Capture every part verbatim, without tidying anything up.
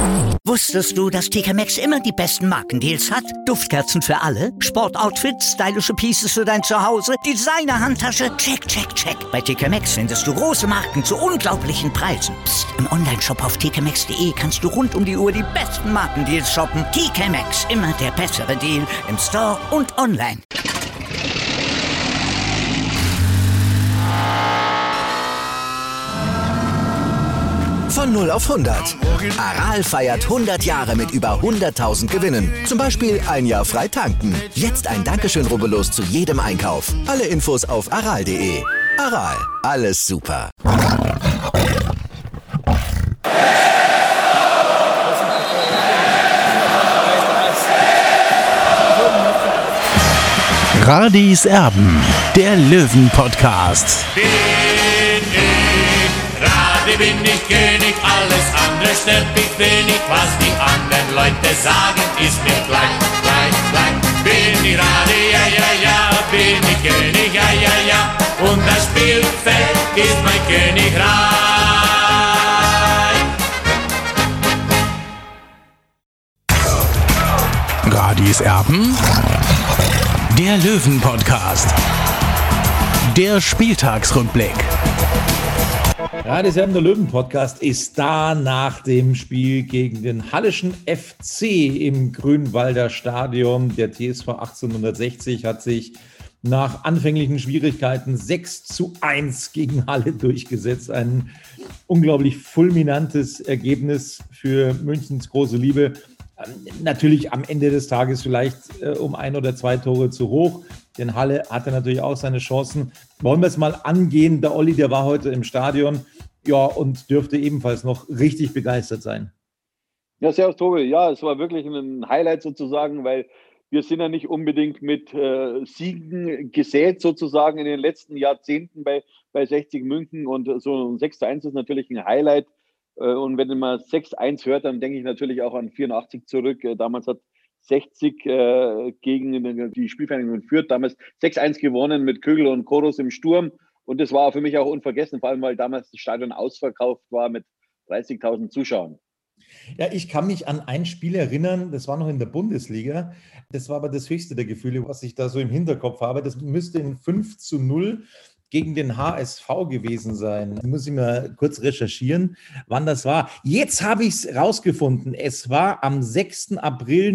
Wusstest du, dass T K Maxx immer die besten Markendeals hat? Duftkerzen für alle, Sportoutfits, stylische Pieces für dein Zuhause, Designer-Handtasche, check, check, check. Bei T K Maxx findest du große Marken zu unglaublichen Preisen. Psst. Im Onlineshop auf t k maxx punkt d e kannst du rund um die Uhr die besten Markendeals shoppen. T K Maxx, immer der bessere Deal im Store und online. Von null auf hundert. Aral feiert hundert Jahre mit über hunderttausend Gewinnen. Zum Beispiel ein Jahr frei tanken. Jetzt ein Dankeschön, rubbellos zu jedem Einkauf. Alle Infos auf aral punkt de. Aral, alles super. Radis Erben, der Löwen-Podcast. Bin ich König, alles andere stört mich wenig. Was die anderen Leute sagen, ist mir gleich, gleich, gleich. Bin ich Rade, ja, ja, ja, bin ich König, ja, ja, ja. Und das Spielfeld ist mein Königreich. Radis Erben, der Löwen-Podcast. Der Spieltagsrückblick. Radis Erben, der Löwen-Podcast ist da nach dem Spiel gegen den Halleschen F C im Grünwalder Stadion. Der T S V achtzehnhundertsechzig hat sich nach anfänglichen Schwierigkeiten sechs zu eins gegen Halle durchgesetzt. Ein unglaublich fulminantes Ergebnis für Münchens große Liebe. Natürlich am Ende des Tages vielleicht äh, um ein oder zwei Tore zu hoch, denn Halle hatte natürlich auch seine Chancen. Wollen wir es mal angehen? Der Olli, der war heute im Stadion, ja, und dürfte ebenfalls noch richtig begeistert sein. Ja, servus Tobi. Ja, es war wirklich ein Highlight sozusagen, weil wir sind ja nicht unbedingt mit äh, Siegen gesät sozusagen in den letzten Jahrzehnten bei, bei sechzig München, und so ein sechs zu eins ist natürlich ein Highlight. Und wenn man sechs eins hört, dann denke ich natürlich auch an vierundachtzig zurück. Damals hat sechzig äh, gegen die Spielvereinigung Fürth damals sechs eins gewonnen mit Kögel und Koros im Sturm. Und das war für mich auch unvergessen, vor allem weil damals das Stadion ausverkauft war mit dreißigtausend Zuschauern. Ja, ich kann mich an ein Spiel erinnern, das war noch in der Bundesliga. Das war aber das höchste der Gefühle, was ich da so im Hinterkopf habe. Das müsste in fünf zu null gegen den H S V gewesen sein. Da muss ich mal kurz recherchieren, wann das war. Jetzt habe ich es rausgefunden. Es war am sechsten April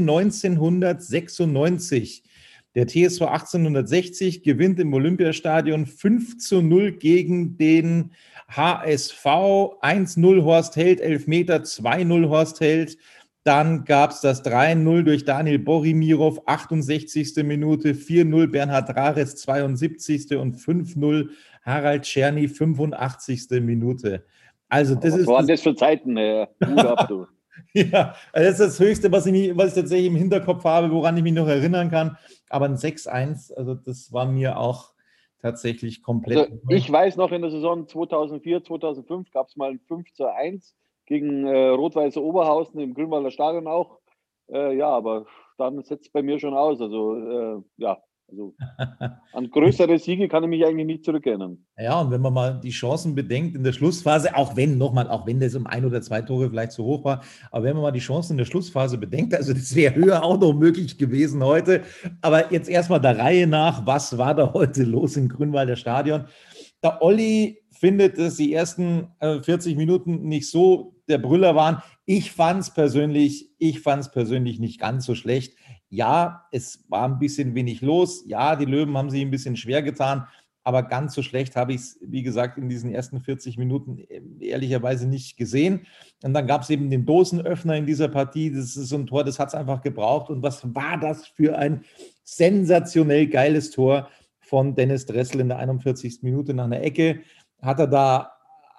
neunzehnhundertsechsundneunzig. Der T S V achtzehnhundertsechzig gewinnt im Olympiastadion fünf zu null gegen den H S V. eins null Horst Held, Elfmeter, zwei null Horst Held. Dann gab es das drei null durch Daniel Borimirov, achtundsechzigste Minute, vier null Bernhard Rares, zweiundsiebzigste und fünf null Harald Czerny, fünfundachtzigste Minute. Also das was ist... Was waren das für Zeiten? Äh, ab, du. Ja, das ist das Höchste, was ich, mich, was ich tatsächlich im Hinterkopf habe, woran ich mich noch erinnern kann. Aber ein sechs eins, also das war mir auch tatsächlich komplett... Also ich weiß noch, in der Saison zweitausendvier, zweitausendfünf gab es mal ein fünf zu eins gegen äh, Rot-Weiße Oberhausen im Grünwalder Stadion auch. Äh, ja, aber dann setzt es bei mir schon aus. Also, äh, ja, also an größere Siege kann ich mich eigentlich nicht zurückerinnern. Ja, und wenn man mal die Chancen bedenkt in der Schlussphase, auch wenn, nochmal, auch wenn das um ein oder zwei Tore vielleicht zu hoch war, aber wenn man mal die Chancen in der Schlussphase bedenkt, also das wäre höher auch noch möglich gewesen heute. Aber jetzt erstmal der Reihe nach, was war da heute los im Grünwalder Stadion? Der Olli findet, dass die ersten vierzig Minuten nicht so der Brüller waren. Ich fand es persönlich, ich fand es persönlich nicht ganz so schlecht. Ja, es war ein bisschen wenig los. Ja, die Löwen haben sich ein bisschen schwer getan, aber ganz so schlecht habe ich es, wie gesagt, in diesen ersten vierzig Minuten ehrlicherweise nicht gesehen. Und dann gab es eben den Dosenöffner in dieser Partie. Das ist so ein Tor, das hat es einfach gebraucht. Und was war das für ein sensationell geiles Tor von Dennis Dressel in der einundvierzigsten Minute nach einer Ecke. Hat er da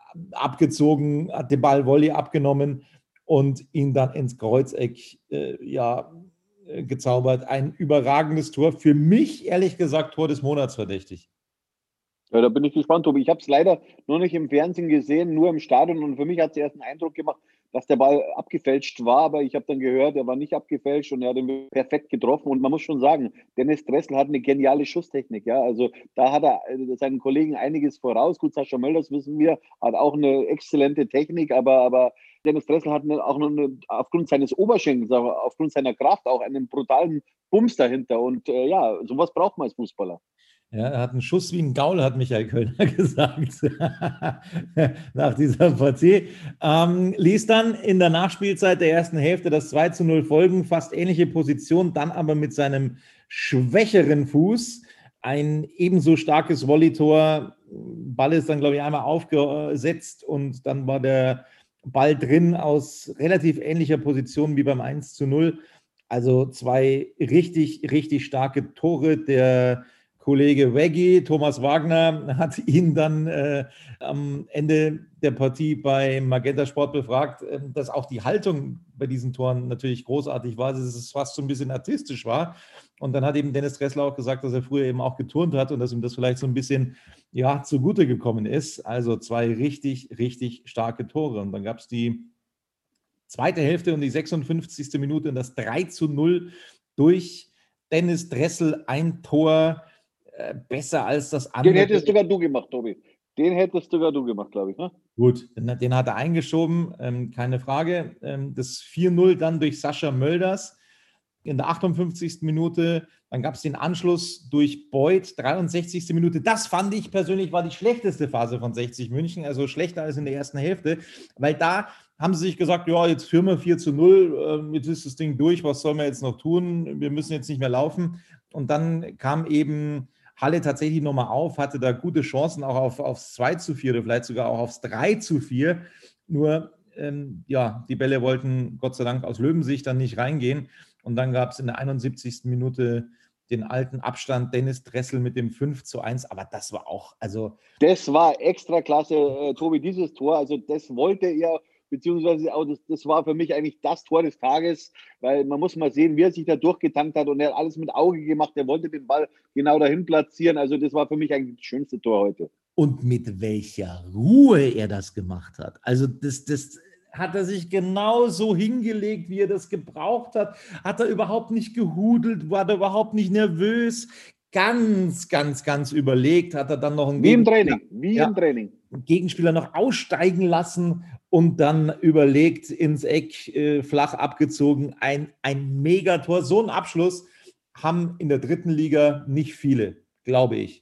abgezogen, hat den Ball Volley abgenommen und ihn dann ins Kreuzeck äh, ja, äh, gezaubert. Ein überragendes Tor. Für mich, ehrlich gesagt, Tor des Monats verdächtig. Ja, da bin ich gespannt, Tobi. Ich habe es leider noch nicht im Fernsehen gesehen, nur im Stadion. Und für mich hat es erst einen Eindruck gemacht, dass der Ball abgefälscht war. Aber ich habe dann gehört, er war nicht abgefälscht und er hat ihn perfekt getroffen. Und man muss schon sagen, Dennis Dressel hat eine geniale Schusstechnik. Ja, also da hat er seinen Kollegen einiges voraus. Gut, Sascha Mölders, wissen wir, hat auch eine exzellente Technik. Aber, aber Dennis Dressel hat auch noch eine, aufgrund seines Oberschenkels, aufgrund seiner Kraft auch einen brutalen Bums dahinter. Und äh, ja, sowas braucht man als Fußballer. Ja, er hat einen Schuss wie ein Gaul, hat Michael Kölner gesagt, nach dieser Partie. Ähm, ließ dann in der Nachspielzeit der ersten Hälfte das zwei zu null folgen, fast ähnliche Position, dann aber mit seinem schwächeren Fuß ein ebenso starkes Volleytor. Ball ist dann, glaube ich, einmal aufgesetzt und dann war der Ball drin aus relativ ähnlicher Position wie beim eins zu null. Also zwei richtig, richtig starke Tore. Der Kollege Weggy, Thomas Wagner, hat ihn dann äh, am Ende der Partie bei Magenta Sport befragt, äh, dass auch die Haltung bei diesen Toren natürlich großartig war, dass es fast so ein bisschen artistisch war. Und dann hat eben Dennis Dressler auch gesagt, dass er früher eben auch geturnt hat und dass ihm das vielleicht so ein bisschen ja, zugute gekommen ist. Also zwei richtig, richtig starke Tore. Und dann gab es die zweite Hälfte und die sechsundfünfzigste Minute und das drei zu null durch Dennis Dressel, ein Tor besser als das andere. Den hättest sogar du gemacht, Tobi. Den hättest sogar du gemacht, glaube ich. Ne? Gut, den, den hat er eingeschoben, ähm, keine Frage. Ähm, das vier null dann durch Sascha Mölders in der achtundfünfzigsten Minute. Dann gab es den Anschluss durch Beuth, dreiundsechzigste Minute. Das fand ich persönlich war die schlechteste Phase von sechzig München, also schlechter als in der ersten Hälfte, weil da haben sie sich gesagt, ja, jetzt führen wir vier zu null, jetzt ist das Ding durch, was sollen wir jetzt noch tun? Wir müssen jetzt nicht mehr laufen. Und dann kam eben Halle tatsächlich nochmal auf, hatte da gute Chancen auch auf, aufs zwei zu vier oder vielleicht sogar auch aufs drei zu vier. Nur, ähm, ja, die Bälle wollten Gott sei Dank aus Löwensicht dann nicht reingehen. Und dann gab es in der einundsiebzigsten Minute den alten Abstand Dennis Dressel mit dem fünf zu eins. Aber das war auch, also... Das war extra klasse, äh, Tobi, dieses Tor. Also das wollte er... Beziehungsweise auch das, das war für mich eigentlich das Tor des Tages, weil man muss mal sehen, wie er sich da durchgetankt hat und er hat alles mit Auge gemacht, er wollte den Ball genau dahin platzieren, also das war für mich eigentlich das schönste Tor heute. Und mit welcher Ruhe er das gemacht hat, also das, das hat er sich genau so hingelegt, wie er das gebraucht hat, hat er überhaupt nicht gehudelt, war er überhaupt nicht nervös, ganz, ganz, ganz überlegt, hat er dann noch einen Wie im Training, wie ja, im Training. Gegenspieler noch aussteigen lassen und dann überlegt ins Eck, äh, flach abgezogen. Ein, ein Megator. So einen Abschluss haben in der dritten Liga nicht viele, glaube ich.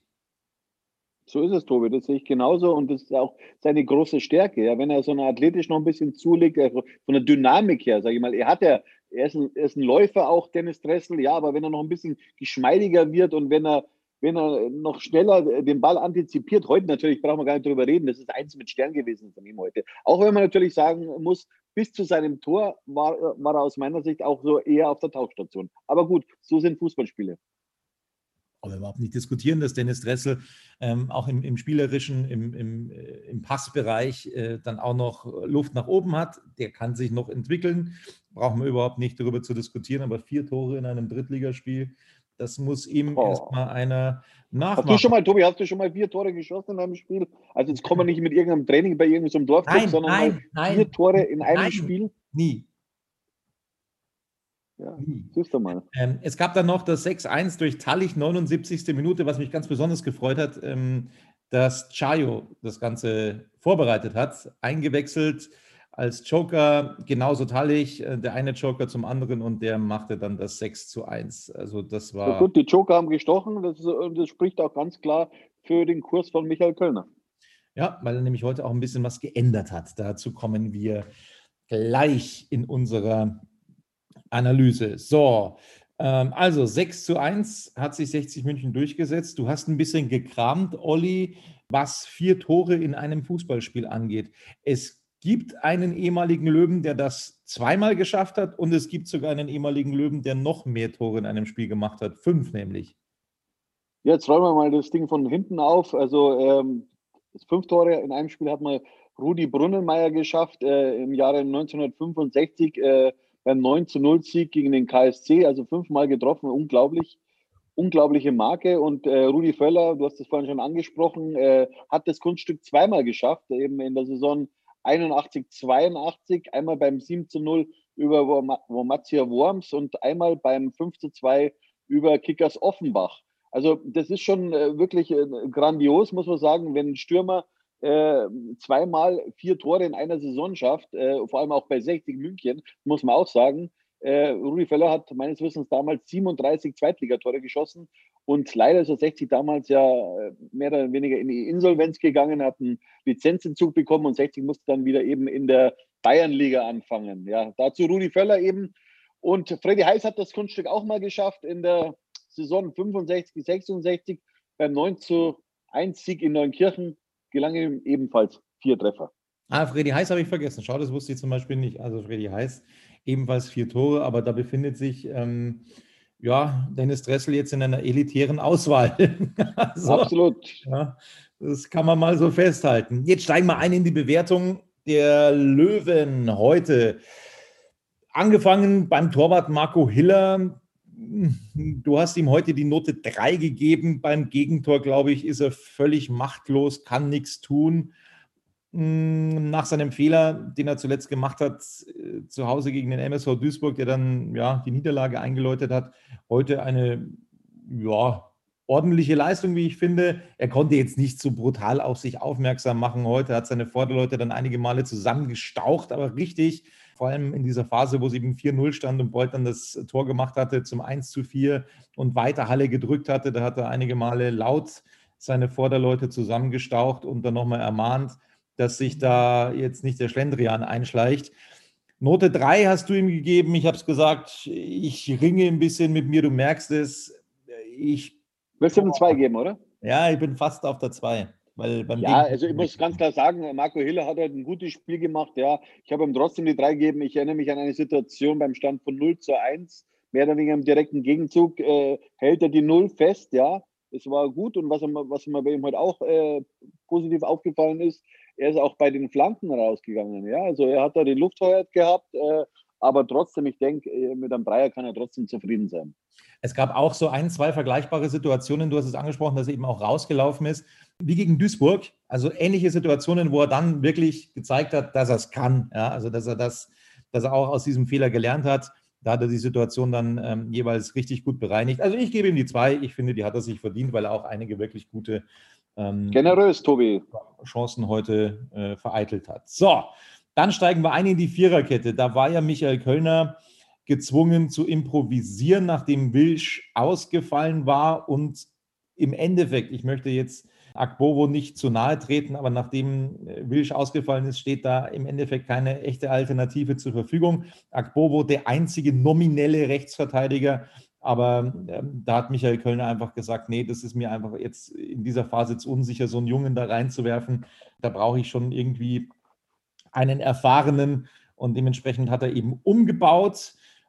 So ist es, Tobi, das sehe ich genauso und das ist auch seine große Stärke. Ja, wenn er so eine athletisch noch ein bisschen zulegt, von der Dynamik her, sage ich mal, er hat ja, er ist, ein, er ist ein Läufer auch, Dennis Dressel, ja, aber wenn er noch ein bisschen geschmeidiger wird und wenn er wenn er noch schneller den Ball antizipiert, heute natürlich brauchen wir gar nicht drüber reden, das ist eins mit Stern gewesen von ihm heute. Auch wenn man natürlich sagen muss, bis zu seinem Tor war, war er aus meiner Sicht auch so eher auf der Tauchstation. Aber gut, so sind Fußballspiele. Aber überhaupt nicht diskutieren, dass Dennis Dressel ähm, auch im, im Spielerischen, im, im, äh, im Passbereich äh, dann auch noch Luft nach oben hat. Der kann sich noch entwickeln, brauchen wir überhaupt nicht darüber zu diskutieren, aber vier Tore in einem Drittligaspiel, das muss ihm oh. erstmal einer nachmachen. Hast du schon mal, Tobi, hast du schon mal vier Tore geschossen in einem Spiel? Also jetzt kommen wir nicht mit irgendeinem Training bei irgendeinem Dorfclub, sondern nein, mal nein, vier Tore in einem nein, Spiel? Nie. Ja, siehst du mal. Ähm, es gab dann noch das sechs eins durch Tallich, neunundsiebzigste Minute, was mich ganz besonders gefreut hat, ähm, dass Chayo das Ganze vorbereitet hat, eingewechselt als Joker, genauso Tallich, äh, der eine Joker zum anderen und der machte dann das sechs zu eins. Also das war... Ja gut, die Joker haben gestochen, das, das spricht auch ganz klar für den Kurs von Michael Kölner. Ja, weil er nämlich heute auch ein bisschen was geändert hat. Dazu kommen wir gleich in unserer Analyse. So, ähm, also sechs zu eins hat sich sechzig München durchgesetzt. Du hast ein bisschen gekramt, Olli, was vier Tore in einem Fußballspiel angeht. Es gibt einen ehemaligen Löwen, der das zweimal geschafft hat und es gibt sogar einen ehemaligen Löwen, der noch mehr Tore in einem Spiel gemacht hat. Fünf nämlich. Ja, jetzt räumen wir mal das Ding von hinten auf. Also ähm, fünf Tore in einem Spiel hat mal Rudi Brunnenmeier geschafft äh, im Jahre neunzehnhundertfünfundsechzig äh, beim neun zu null Sieg gegen den K S C, also fünfmal getroffen, unglaublich, unglaubliche Marke. Und äh, Rudi Völler, du hast es vorhin schon angesprochen, äh, hat das Kunststück zweimal geschafft, eben in der Saison einundachtzig zweiundachtzig, einmal beim sieben zu null über Wormatia Worms und einmal beim fünf zu zwei über Kickers Offenbach. Also das ist schon äh, wirklich äh, grandios, muss man sagen, wenn ein Stürmer äh, zweimal vier Tore in einer Saison schafft, äh, vor allem auch bei sechzig München, muss man auch sagen. Äh, Rudi Völler hat meines Wissens damals siebenunddreißig Zweitligatore geschossen und leider ist er sechzig damals ja mehr oder weniger in die Insolvenz gegangen, hat einen Lizenzentzug bekommen und sechzig musste dann wieder eben in der Bayernliga anfangen. Ja, dazu Rudi Völler eben. Und Freddy Heiß hat das Kunststück auch mal geschafft in der Saison fünfundsechzig, sechsundsechzig beim neun zu eins Sieg in Neunkirchen gelang ihm ebenfalls vier Treffer. Ah, Freddy Heiß habe ich vergessen. Schau, das wusste ich zum Beispiel nicht. Also Freddy Heiß ebenfalls vier Tore, aber da befindet sich ähm, ja, Dennis Dressel jetzt in einer elitären Auswahl. Also, absolut. Ja, das kann man mal so festhalten. Jetzt steigen wir ein in die Bewertung der Löwen heute. Angefangen beim Torwart Marco Hiller. Du hast ihm heute die Note drei gegeben. Beim Gegentor, glaube ich, ist er völlig machtlos, kann nichts tun. Nach seinem Fehler, den er zuletzt gemacht hat, zu Hause gegen den M S V Duisburg, der dann ja die Niederlage eingeläutet hat, heute eine ja, ordentliche Leistung, wie ich finde. Er konnte jetzt nicht so brutal auf sich aufmerksam machen heute, hat seine Vorderleute dann einige Male zusammengestaucht, aber richtig, vor allem in dieser Phase, wo es eben vier null stand und Beuth dann das Tor gemacht hatte zum eins zu vier und weiter Halle gedrückt hatte, da hat er einige Male laut seine Vorderleute zusammengestaucht und dann nochmal ermahnt, dass sich da jetzt nicht der Schlendrian einschleicht. Note drei hast du ihm gegeben. Ich habe es gesagt, ich ringe ein bisschen mit mir, du merkst es. Ich, Willst du ihm eine zwei geben, oder? Ja, ich bin fast auf der zwei. Weil beim ja, Ding also ich muss ganz klar sagen, Marco Hiller hat halt ein gutes Spiel gemacht. Ja, ich habe ihm trotzdem die drei gegeben. Ich erinnere mich an eine Situation beim Stand von null zu eins. Mehr oder weniger im direkten Gegenzug äh, hält er die Null fest. Ja, es war gut. Und was, was mir bei ihm heute auch äh, positiv aufgefallen ist, er ist auch bei den Flanken rausgegangen. Ja, also er hat da die Lufthoheit gehabt, äh, aber trotzdem, ich denke, mit einem Dreier kann er trotzdem zufrieden sein. Es gab auch so ein, zwei vergleichbare Situationen. Du hast es angesprochen, dass er eben auch rausgelaufen ist, wie gegen Duisburg. Also ähnliche Situationen, wo er dann wirklich gezeigt hat, dass er es kann. Ja, also dass er das, dass er auch aus diesem Fehler gelernt hat. Da hat er die Situation dann ähm, jeweils richtig gut bereinigt. Also ich gebe ihm die zwei. Ich finde, die hat er sich verdient, weil er auch einige wirklich gute Ähm, Generös, Tobi. Chancen heute äh, vereitelt hat. So, dann steigen wir ein in die Viererkette. Da war ja Michael Kölner gezwungen zu improvisieren, nachdem Wilsch ausgefallen war. Und im Endeffekt, ich möchte jetzt Agbovo nicht zu nahe treten, aber nachdem Wilsch ausgefallen ist, steht da im Endeffekt keine echte Alternative zur Verfügung. Agbovo, der einzige nominelle Rechtsverteidiger. Aber ähm, da hat Michael Kölner einfach gesagt, nee, das ist mir einfach jetzt in dieser Phase zu unsicher, so einen Jungen da reinzuwerfen. Da brauche ich schon irgendwie einen Erfahrenen. Und dementsprechend hat er eben umgebaut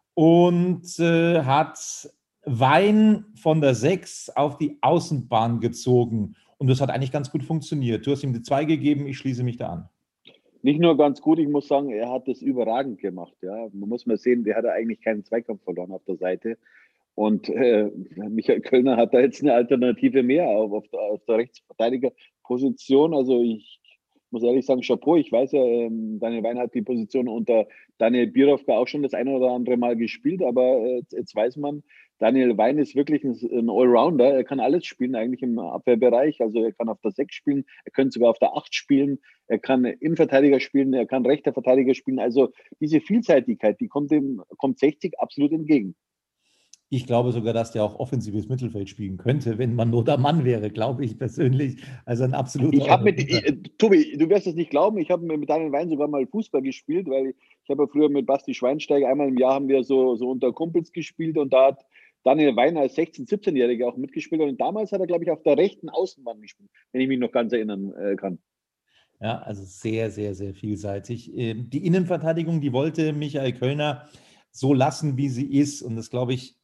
und äh, hat Wein von der sechs auf die Außenbahn gezogen. Und das hat eigentlich ganz gut funktioniert. Du hast ihm die zwei gegeben, ich schließe mich da an. Nicht nur ganz gut, ich muss sagen, er hat das überragend gemacht. Ja. Man muss mal sehen, der hat eigentlich keinen Zweikampf verloren auf der Seite. Und äh, Michael Kölner hat da jetzt eine Alternative mehr auf, auf der, auf der Rechtsverteidigerposition. Also ich muss ehrlich sagen, Chapeau. Ich weiß ja, ähm, Daniel Wein hat die Position unter Daniel Birovka auch schon das eine oder andere Mal gespielt, aber äh, jetzt, jetzt weiß man, Daniel Wein ist wirklich ein, ein Allrounder. Er kann alles spielen eigentlich im Abwehrbereich. Also er kann auf der sechs spielen, er könnte sogar auf der acht spielen, er kann Innenverteidiger spielen, er kann rechter Verteidiger spielen. Also diese Vielseitigkeit, die kommt dem kommt sechzig absolut entgegen. Ich glaube sogar, dass der auch offensives Mittelfeld spielen könnte, wenn man nur der Mann wäre, glaube ich persönlich. Also ein absoluter... Ich habe mit, ich, Tobi, du wirst es nicht glauben, ich habe mit Daniel Wein sogar mal Fußball gespielt, weil ich, ich habe ja früher mit Basti Schweinsteiger einmal im Jahr haben wir so, so unter Kumpels gespielt und da hat Daniel Wein als sechzehn-, siebzehnjähriger auch mitgespielt und damals hat er, glaube ich, auf der rechten Außenbahn gespielt, wenn ich mich noch ganz erinnern äh, kann. Ja, also sehr, sehr, sehr vielseitig. Die Innenverteidigung, die wollte Michael Kölner so lassen, wie sie ist und das, glaube ich,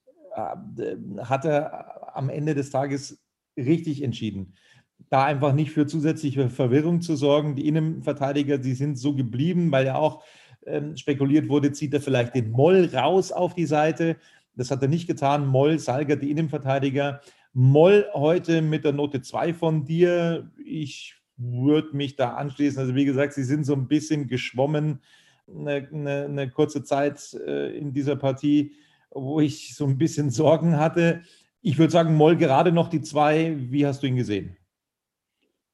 hat er am Ende des Tages richtig entschieden. Da einfach nicht für zusätzliche Verwirrung zu sorgen. Die Innenverteidiger, die sind so geblieben, weil ja auch ähm, spekuliert wurde, zieht er vielleicht den Moll raus auf die Seite. Das hat er nicht getan. Moll, Salger, die Innenverteidiger. Moll heute mit der Note zwei von dir. Ich würde mich da anschließen. Also wie gesagt, sie sind so ein bisschen geschwommen, eine, eine, eine kurze Zeit äh, in dieser Partie, wo ich so ein bisschen Sorgen hatte. Ich würde sagen, Moll gerade noch die zwei. Wie hast du ihn gesehen?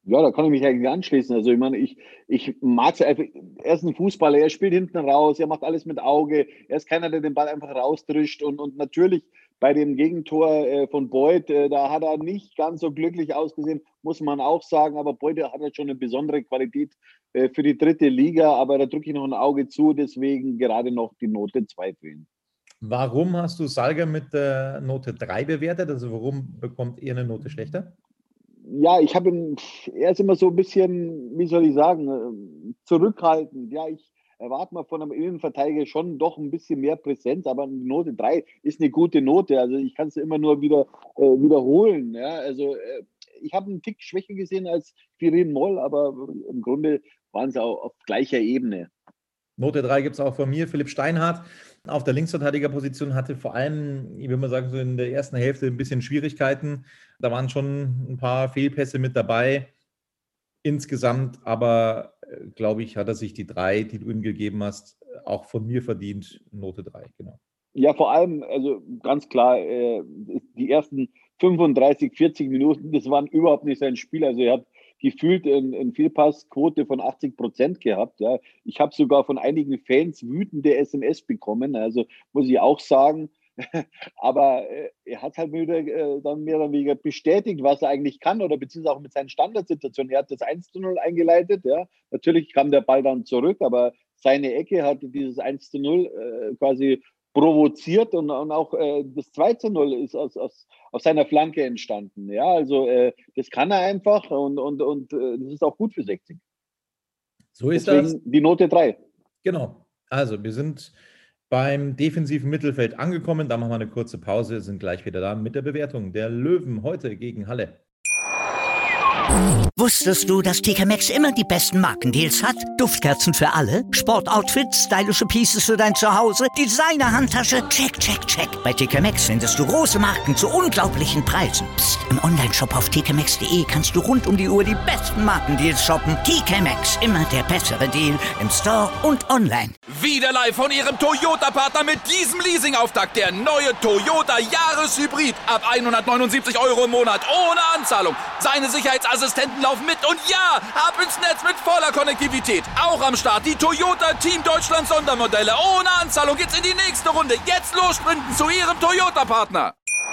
Ja, da kann ich mich eigentlich anschließen. Also ich meine, ich, ich mag es einfach. Er ist ein Fußballer, er spielt hinten raus, er macht alles mit Auge, er ist keiner, der den Ball einfach rausdrischt. Und, und natürlich bei dem Gegentor äh, von Boyd, äh, da hat er nicht ganz so glücklich ausgesehen, muss man auch sagen. Aber Boyd hat halt schon eine besondere Qualität äh, für die dritte Liga. Aber da drücke ich noch ein Auge zu, deswegen gerade noch die Note zwei für ihn. Warum hast du Salga mit der Note drei bewertet? Also warum bekommt er eine Note schlechter? Ja, ich habe ihn, er ist immer so ein bisschen, wie soll ich sagen, zurückhaltend. Ja, ich erwarte mal von einem Innenverteidiger schon doch ein bisschen mehr Präsenz, aber eine Note drei ist eine gute Note. Also ich kann es immer nur wieder äh, wiederholen. Ja, also äh, ich habe einen Tick schwächer gesehen als Firin Moll, aber im Grunde waren sie auch auf gleicher Ebene. Note drei gibt es auch von mir. Philipp Steinhardt auf der Linksverteidigerposition hatte vor allem, ich würde mal sagen, so in der ersten Hälfte ein bisschen Schwierigkeiten. Da waren schon ein paar Fehlpässe mit dabei. Insgesamt aber, glaube ich, hat er sich die drei, die du ihm gegeben hast, auch von mir verdient. Note drei, genau. Ja, vor allem, also ganz klar, äh, die ersten fünfunddreißig, vierzig Minuten, das waren überhaupt nicht sein Spiel. Also er hat gefühlt eine Fehlpassquote von achtzig Prozent gehabt. Ja. Ich habe sogar von einigen Fans wütende S M S bekommen, also muss ich auch sagen. Aber äh, er hat halt wieder äh, dann mehr oder weniger bestätigt, was er eigentlich kann, oder beziehungsweise auch mit seinen Standardsituationen. Er hat das eins zu null eingeleitet. Ja. Natürlich kam der Ball dann zurück, aber seine Ecke hat dieses eins zu null äh, quasi provoziert, und, und auch äh, das zwei zu null ist aus, aus, aus seiner Flanke entstanden. Ja, also äh, das kann er einfach, und, und, und äh, das ist auch gut für sechzig. So ist Deswegen das. Die Note drei. Genau. Also wir sind beim defensiven Mittelfeld angekommen. Da machen wir eine kurze Pause, sind gleich wieder da mit der Bewertung der Löwen heute gegen Halle. Wusstest du, dass T K Maxx immer die besten Markendeals hat? Duftkerzen für alle, Sportoutfits, stylische Pieces für dein Zuhause, Designer-Handtasche, check, check, check. Bei T K Maxx findest du große Marken zu unglaublichen Preisen. Psst. Im Onlineshop auf t k maxx punkt de kannst du rund um die Uhr die besten Markendeals shoppen. T K Maxx, immer der bessere Deal im Store und online. Wieder live von Ihrem Toyota-Partner mit diesem Leasing-Auftakt. Der neue Toyota Jahreshybrid. Ab hundertneunundsiebzig Euro im Monat ohne Anzahlung. Seine Sicherheitsassistenten laufen mit, und ja, ab ins Netz mit voller Konnektivität. Auch am Start die Toyota Team Deutschland Sondermodelle. Ohne Anzahlung geht's in die nächste Runde. Jetzt los sprinten zu Ihrem Toyota-Partner.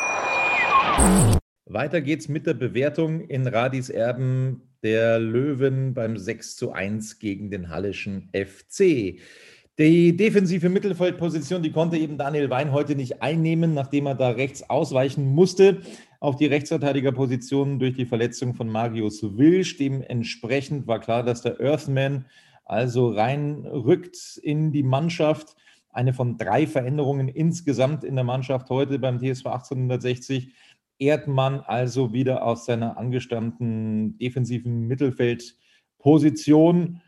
Weiter geht's mit der Bewertung in Radis Erben der Löwen beim sechs zu eins gegen den Halleschen F C. Die defensive Mittelfeldposition, die konnte eben Daniel Wein heute nicht einnehmen, nachdem er da rechts ausweichen musste auf die Rechtsverteidigerposition durch die Verletzung von Marius Wilsch. Dementsprechend war klar, dass der Earthman also reinrückt in die Mannschaft. Eine von drei Veränderungen insgesamt in der Mannschaft heute beim T S V achtzehnhundertsechzig. Erdmann also wieder aus seiner angestammten defensiven Mittelfeldposition.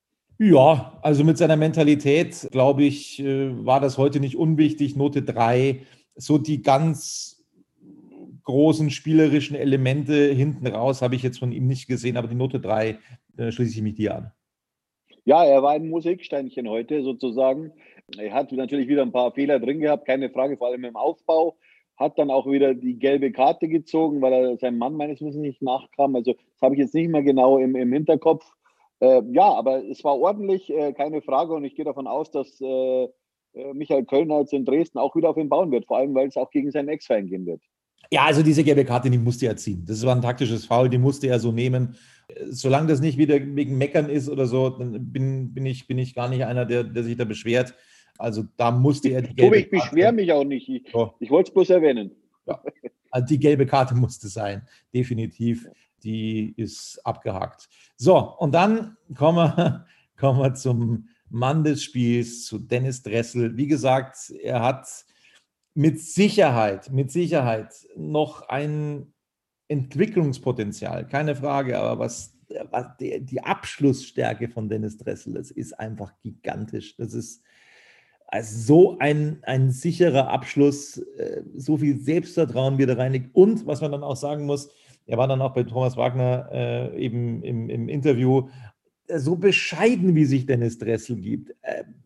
Ja, also mit seiner Mentalität, glaube ich, war das heute nicht unwichtig. Note drei, so die ganz großen spielerischen Elemente hinten raus habe ich jetzt von ihm nicht gesehen, aber die Note drei äh, schließe ich mich dir an. Ja, er war ein Mosaiksteinchen heute sozusagen. Er hat natürlich wieder ein paar Fehler drin gehabt, keine Frage, vor allem im Aufbau. Hat dann auch wieder die gelbe Karte gezogen, weil er seinem Mann meines Wissens nicht nachkam. Also das habe ich jetzt nicht mehr genau im, im Hinterkopf. Äh, ja, aber es war ordentlich, äh, keine Frage. Und ich gehe davon aus, dass äh, Michael Kölner jetzt in Dresden auch wieder auf ihn bauen wird. Vor allem, weil es auch gegen seinen Ex-Verein gehen wird. Ja, also diese gelbe Karte, die musste er ziehen. Das war ein taktisches Foul, die musste er so nehmen. Solange das nicht wieder wegen Meckern ist oder so, dann bin, bin, ich, bin ich gar nicht einer, der, der sich da beschwert. Also da musste er die gelbe Tobi, ich beschwere mich auch nicht. Ich, so. ich wollte es bloß erwähnen. Ja. Also die gelbe Karte musste sein. Definitiv. Die ist abgehakt. So, und dann kommen wir, kommen wir zum Mann des Spiels, zu Dennis Dressel. Wie gesagt, er hat mit Sicherheit, mit Sicherheit noch ein Entwicklungspotenzial, keine Frage, aber was, was die, die Abschlussstärke von Dennis Dressel, das ist einfach gigantisch. Das ist also so ein, ein sicherer Abschluss, so viel Selbstvertrauen wieder reinigt. Und was man dann auch sagen muss, er war dann auch bei Thomas Wagner äh, eben im, im Interview, so bescheiden, wie sich Dennis Dressel gibt. Äh,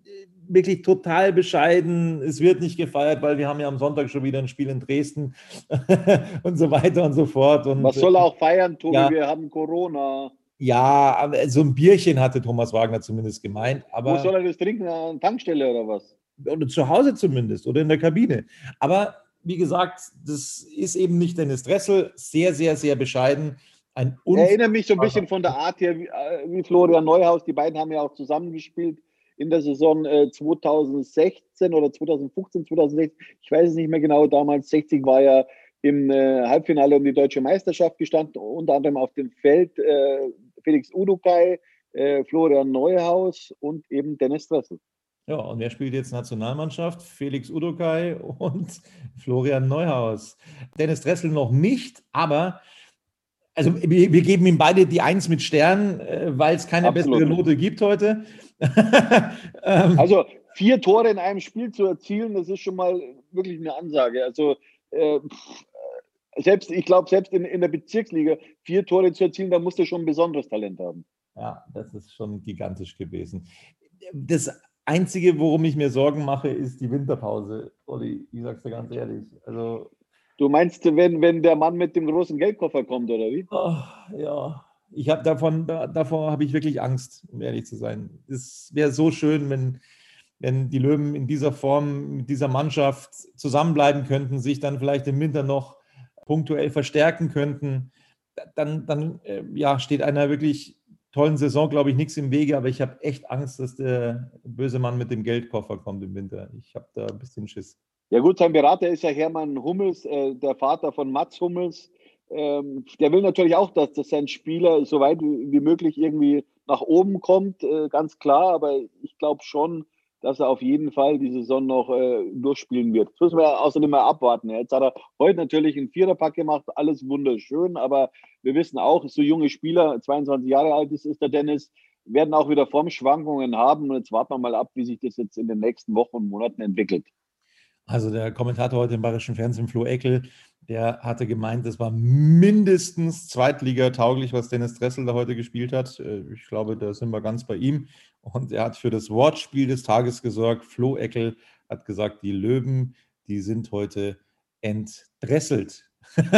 wirklich total bescheiden. Es wird nicht gefeiert, weil wir haben ja am Sonntag schon wieder ein Spiel in Dresden und so weiter und so fort. Und, was soll er auch feiern, Tobi? Ja. Wir haben Corona. Ja, aber so ein Bierchen hatte Thomas Wagner zumindest gemeint. Aber, wo soll er das trinken? An der Tankstelle oder was? Oder zu Hause zumindest oder in der Kabine. Aber wie gesagt, das ist eben nicht Dennis Dressel. Sehr, sehr, sehr bescheiden. Ein Erinnert mich so ein bisschen von der Art her wie, wie Florian Neuhaus. Die beiden haben ja auch zusammengespielt in der Saison äh, zweitausendsechzehn oder zweitausendfünfzehn, zweitausendsechzehn. Ich weiß es nicht mehr genau. Damals sechzig war ja im äh, Halbfinale um die deutsche Meisterschaft gestanden. Unter anderem auf dem Feld äh, Felix Udukai, äh, Florian Neuhaus und eben Dennis Dressel. Ja, und wer spielt jetzt Nationalmannschaft? Felix Udukai und Florian Neuhaus. Dennis Dressel noch nicht, aber also wir, wir geben ihm beide die Eins mit Stern, weil es keine Absolut. bessere Note gibt heute. Also vier Tore in einem Spiel zu erzielen, das ist schon mal wirklich eine Ansage. Also äh, selbst, ich glaube, selbst in, in der Bezirksliga vier Tore zu erzielen, da musst du schon ein besonderes Talent haben. Ja, das ist schon gigantisch gewesen. Das Einzige, worum ich mir Sorgen mache, ist die Winterpause. Olli, ich sag's dir ganz ehrlich. Also, du meinst, wenn, wenn der Mann mit dem großen Geldkoffer kommt, oder wie? Oh, ja, ich habe davon, davor habe ich wirklich Angst, um ehrlich zu sein. Es wäre so schön, wenn, wenn die Löwen in dieser Form, mit dieser Mannschaft zusammenbleiben könnten, sich dann vielleicht im Winter noch punktuell verstärken könnten. Dann, dann äh, ja, steht einer wirklich tollen Saison, glaube ich, nichts im Wege, aber ich habe echt Angst, dass der böse Mann mit dem Geldkoffer kommt im Winter. Ich habe da ein bisschen Schiss. Ja gut, sein Berater ist ja Hermann Hummels, äh, der Vater von Mats Hummels. Ähm, der will natürlich auch, dass, dass sein Spieler so weit wie möglich irgendwie nach oben kommt, äh, ganz klar. Aber ich glaube schon, dass er auf jeden Fall die Saison noch äh, durchspielen wird. Das müssen wir außerdem mal abwarten. Jetzt hat er heute natürlich einen Viererpack gemacht, alles wunderschön, aber wir wissen auch, so junge Spieler, zweiundzwanzig Jahre alt ist, ist der Dennis, werden auch wieder Formschwankungen haben. Und jetzt warten wir mal ab, wie sich das jetzt in den nächsten Wochen und Monaten entwickelt. Also der Kommentator heute im Bayerischen Fernsehen, Flo Eckel, der hatte gemeint, es war mindestens Zweitliga-tauglich, was Dennis Dressel da heute gespielt hat. Ich glaube, da sind wir ganz bei ihm. Und er hat für das Wortspiel des Tages gesorgt. Flo Eckel hat gesagt, die Löwen, die sind heute entdresselt.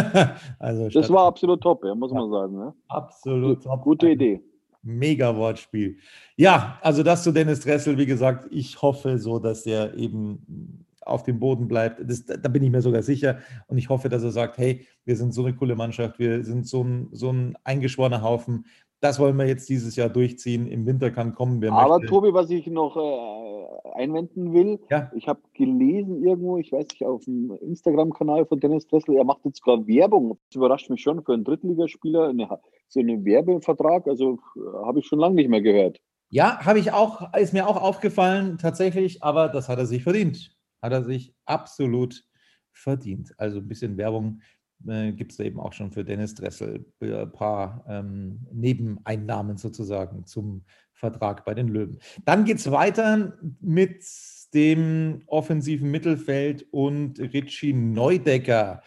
Also das war absolut top, ja, muss man sagen. Ne? Absolut top. Gute Idee. Mega Wortspiel. Ja, also das zu Dennis Dressel, wie gesagt, ich hoffe so, dass er eben auf dem Boden bleibt. Das, da bin ich mir sogar sicher. Und ich hoffe, dass er sagt, hey, wir sind so eine coole Mannschaft, wir sind so ein, so ein eingeschworener Haufen. Das wollen wir jetzt dieses Jahr durchziehen. Im Winter kann kommen, wer Aber möchte. Tobi, was ich noch äh, einwenden will, ja. ich habe gelesen irgendwo, ich weiß nicht, auf dem Instagram-Kanal von Dennis Dressel, er macht jetzt sogar Werbung. Das überrascht mich schon für einen Drittligaspieler, eine, so einen Werbevertrag, also äh, habe ich schon lange nicht mehr gehört. Ja, habe ich auch, ist mir auch aufgefallen, tatsächlich, aber das hat er sich verdient. Hat er sich absolut verdient. Also ein bisschen Werbung äh, gibt es da eben auch schon für Dennis Dressel. Ein paar ähm, Nebeneinnahmen sozusagen zum Vertrag bei den Löwen. Dann geht es weiter mit dem offensiven Mittelfeld und Richie Neudecker.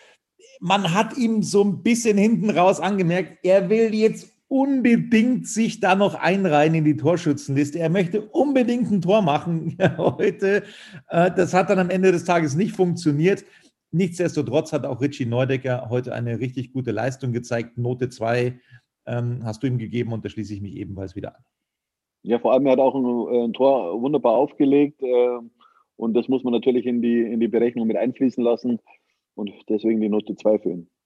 Man hat ihm so ein bisschen hinten raus angemerkt, er will jetzt unbedingt sich da noch einreihen in die Torschützenliste. Er möchte unbedingt ein Tor machen heute. Das hat dann am Ende des Tages nicht funktioniert. Nichtsdestotrotz hat auch Richie Neudecker heute eine richtig gute Leistung gezeigt. Note zwei ähm, hast du ihm gegeben und da schließe ich mich ebenfalls wieder an. Ja, vor allem er hat auch ein, ein Tor wunderbar aufgelegt äh, und das muss man natürlich in die, in die Berechnung mit einfließen lassen und deswegen die Note zwei für ihn.